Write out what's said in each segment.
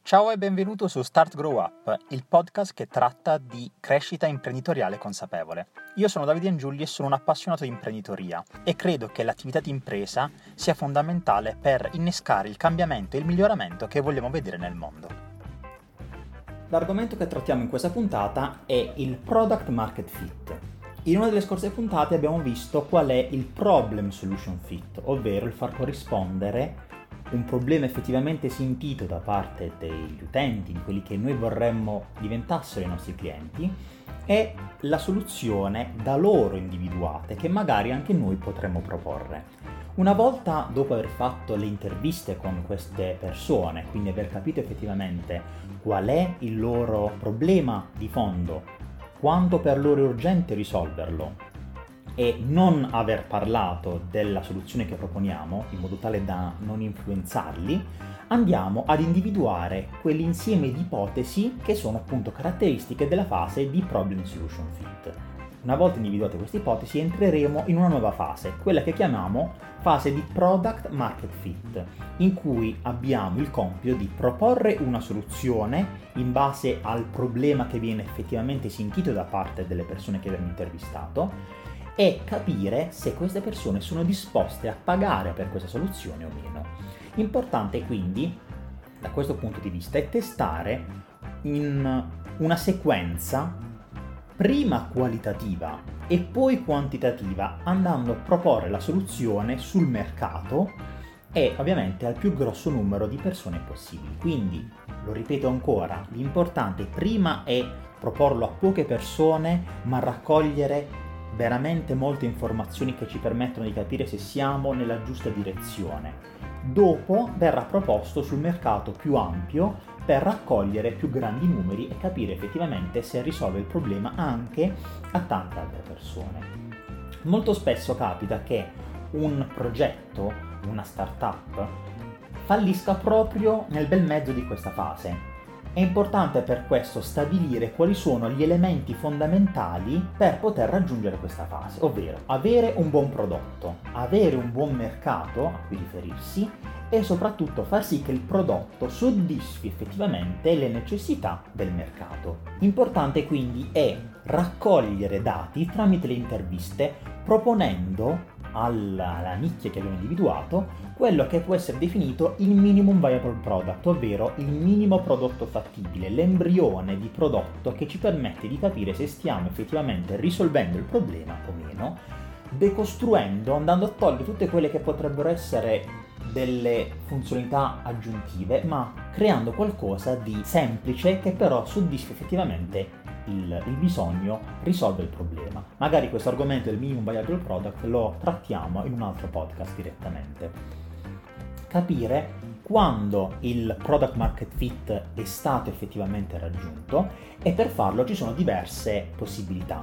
Ciao e benvenuto su Start Grow Up, il podcast che tratta di crescita imprenditoriale consapevole. Io sono Davide Angiulli e sono un appassionato di imprenditoria e credo che l'attività di impresa sia fondamentale per innescare il cambiamento e il miglioramento che vogliamo vedere nel mondo. L'argomento che trattiamo in questa puntata è il Product Market Fit. In una delle scorse puntate abbiamo visto qual è il Problem Solution Fit, ovvero il far corrispondere un problema effettivamente sentito da parte degli utenti, di quelli che noi vorremmo diventassero i nostri clienti, e la soluzione da loro individuate che magari anche noi potremmo proporre. Una volta dopo aver fatto le interviste con queste persone, quindi aver capito effettivamente qual è il loro problema di fondo, quanto per loro è urgente risolverlo, e non aver parlato della soluzione che proponiamo, in modo tale da non influenzarli, andiamo ad individuare quell'insieme di ipotesi che sono appunto caratteristiche della fase di Problem Solution Fit. Una volta individuate queste ipotesi entreremo in una nuova fase, quella che chiamiamo fase di Product Market Fit, in cui abbiamo il compito di proporre una soluzione in base al problema che viene effettivamente sentito da parte delle persone che abbiamo intervistato e capire se queste persone sono disposte a pagare per questa soluzione o meno. Importante quindi, da questo punto di vista, è testare in una sequenza prima qualitativa e poi quantitativa, andando a proporre la soluzione sul mercato e ovviamente al più grosso numero di persone possibili. Quindi, lo ripeto ancora, l'importante prima è proporlo a poche persone, ma raccogliere veramente molte informazioni che ci permettono di capire se siamo nella giusta direzione. Dopo verrà proposto sul mercato più ampio per raccogliere più grandi numeri e capire effettivamente se risolve il problema anche a tante altre persone. Molto spesso capita che un progetto, una startup, fallisca proprio nel bel mezzo di questa fase. È importante per questo stabilire quali sono gli elementi fondamentali per poter raggiungere questa fase, ovvero avere un buon prodotto, avere un buon mercato a cui riferirsi e soprattutto far sì che il prodotto soddisfi effettivamente le necessità del mercato. Importante quindi è raccogliere dati tramite le interviste, proponendo alla nicchia che abbiamo individuato quello che può essere definito il minimum viable product, ovvero il minimo prodotto fattibile, l'embrione di prodotto che ci permette di capire se stiamo effettivamente risolvendo il problema o meno, decostruendo, andando a togliere tutte quelle che potrebbero essere delle funzionalità aggiuntive, ma creando qualcosa di semplice che però soddisfi effettivamente il bisogno, risolve il problema. Magari questo argomento del minimum viable product lo trattiamo in un altro podcast direttamente. Capire quando il product market fit è stato effettivamente raggiunto, e per farlo ci sono diverse possibilità.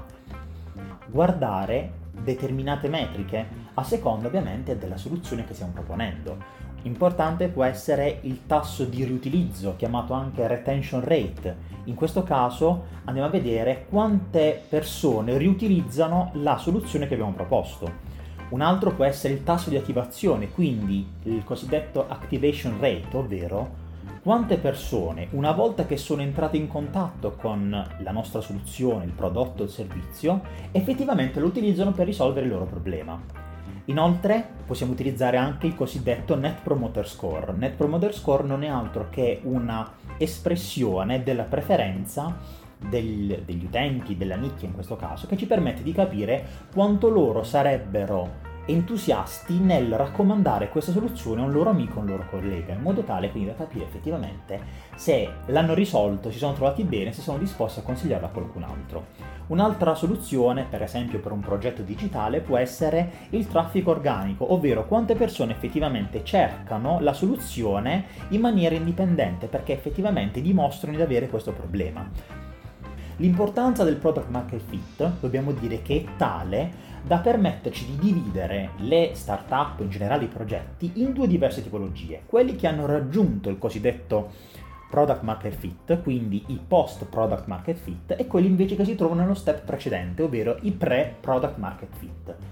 Guardare determinate metriche a seconda ovviamente della soluzione che stiamo proponendo. Importante può essere il tasso di riutilizzo, chiamato anche retention rate. In questo caso andiamo a vedere quante persone riutilizzano la soluzione che abbiamo proposto. Un altro può essere il tasso di attivazione, quindi il cosiddetto activation rate, ovvero quante persone, una volta che sono entrate in contatto con la nostra soluzione, il prodotto o il servizio, effettivamente lo utilizzano per risolvere il loro problema. Inoltre possiamo utilizzare anche il cosiddetto Net Promoter Score. Net Promoter Score non è altro che una espressione della preferenza degli utenti, della nicchia in questo caso, che ci permette di capire quanto loro sarebbero entusiasti nel raccomandare questa soluzione a un loro amico o un loro collega, in modo tale quindi da capire effettivamente se l'hanno risolto, si sono trovati bene, se sono disposti a consigliarla a qualcun altro. Un'altra soluzione, per esempio per un progetto digitale, può essere il traffico organico, ovvero quante persone effettivamente cercano la soluzione in maniera indipendente perché effettivamente dimostrano di avere questo problema. L'importanza del product market fit dobbiamo dire che è tale da permetterci di dividere le startup, in generale i progetti, in due diverse tipologie: quelli che hanno raggiunto il cosiddetto product market fit, quindi i post product market fit, e quelli invece che si trovano nello step precedente, ovvero i pre product market fit.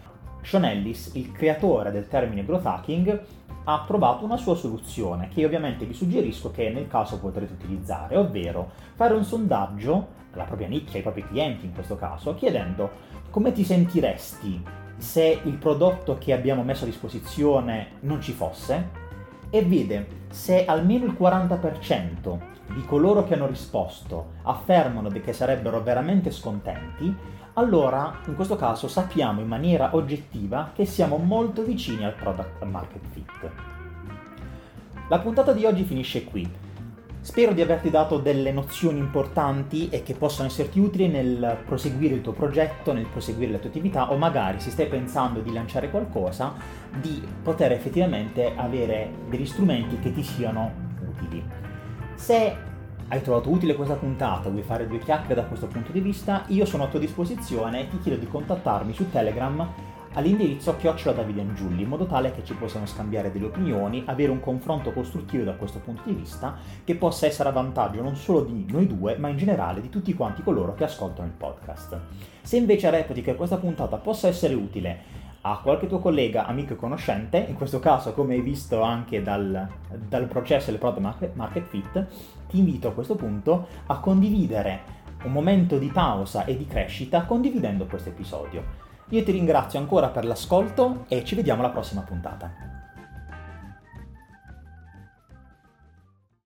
Sean Ellis, il creatore del termine growth hacking, ha trovato una sua soluzione che ovviamente vi suggerisco che nel caso potrete utilizzare, ovvero fare un sondaggio alla propria nicchia, ai propri clienti in questo caso, chiedendo come ti sentiresti se il prodotto che abbiamo messo a disposizione non ci fosse, e vede se almeno il 40% di coloro che hanno risposto affermano che sarebbero veramente scontenti, allora in questo caso sappiamo in maniera oggettiva che siamo molto vicini al product market fit. La puntata di oggi finisce qui. Spero di averti dato delle nozioni importanti e che possano esserti utili nel proseguire il tuo progetto, nel proseguire la tua attività, o magari se stai pensando di lanciare qualcosa, di poter effettivamente avere degli strumenti che ti siano utili. Se hai trovato utile questa puntata o vuoi fare due chiacchiere da questo punto di vista, io sono a tua disposizione e ti chiedo di contattarmi su Telegram all'indirizzo @davidangiulli, in modo tale che ci possiamo scambiare delle opinioni, avere un confronto costruttivo da questo punto di vista che possa essere a vantaggio non solo di noi due, ma in generale di tutti quanti coloro che ascoltano il podcast. Se invece reputi che questa puntata possa essere utile a qualche tuo collega, amico e conoscente, in questo caso come hai visto anche dal processo del product market fit, ti invito a questo punto a condividere un momento di pausa e di crescita condividendo questo episodio. Io ti ringrazio ancora per l'ascolto e ci vediamo alla prossima puntata.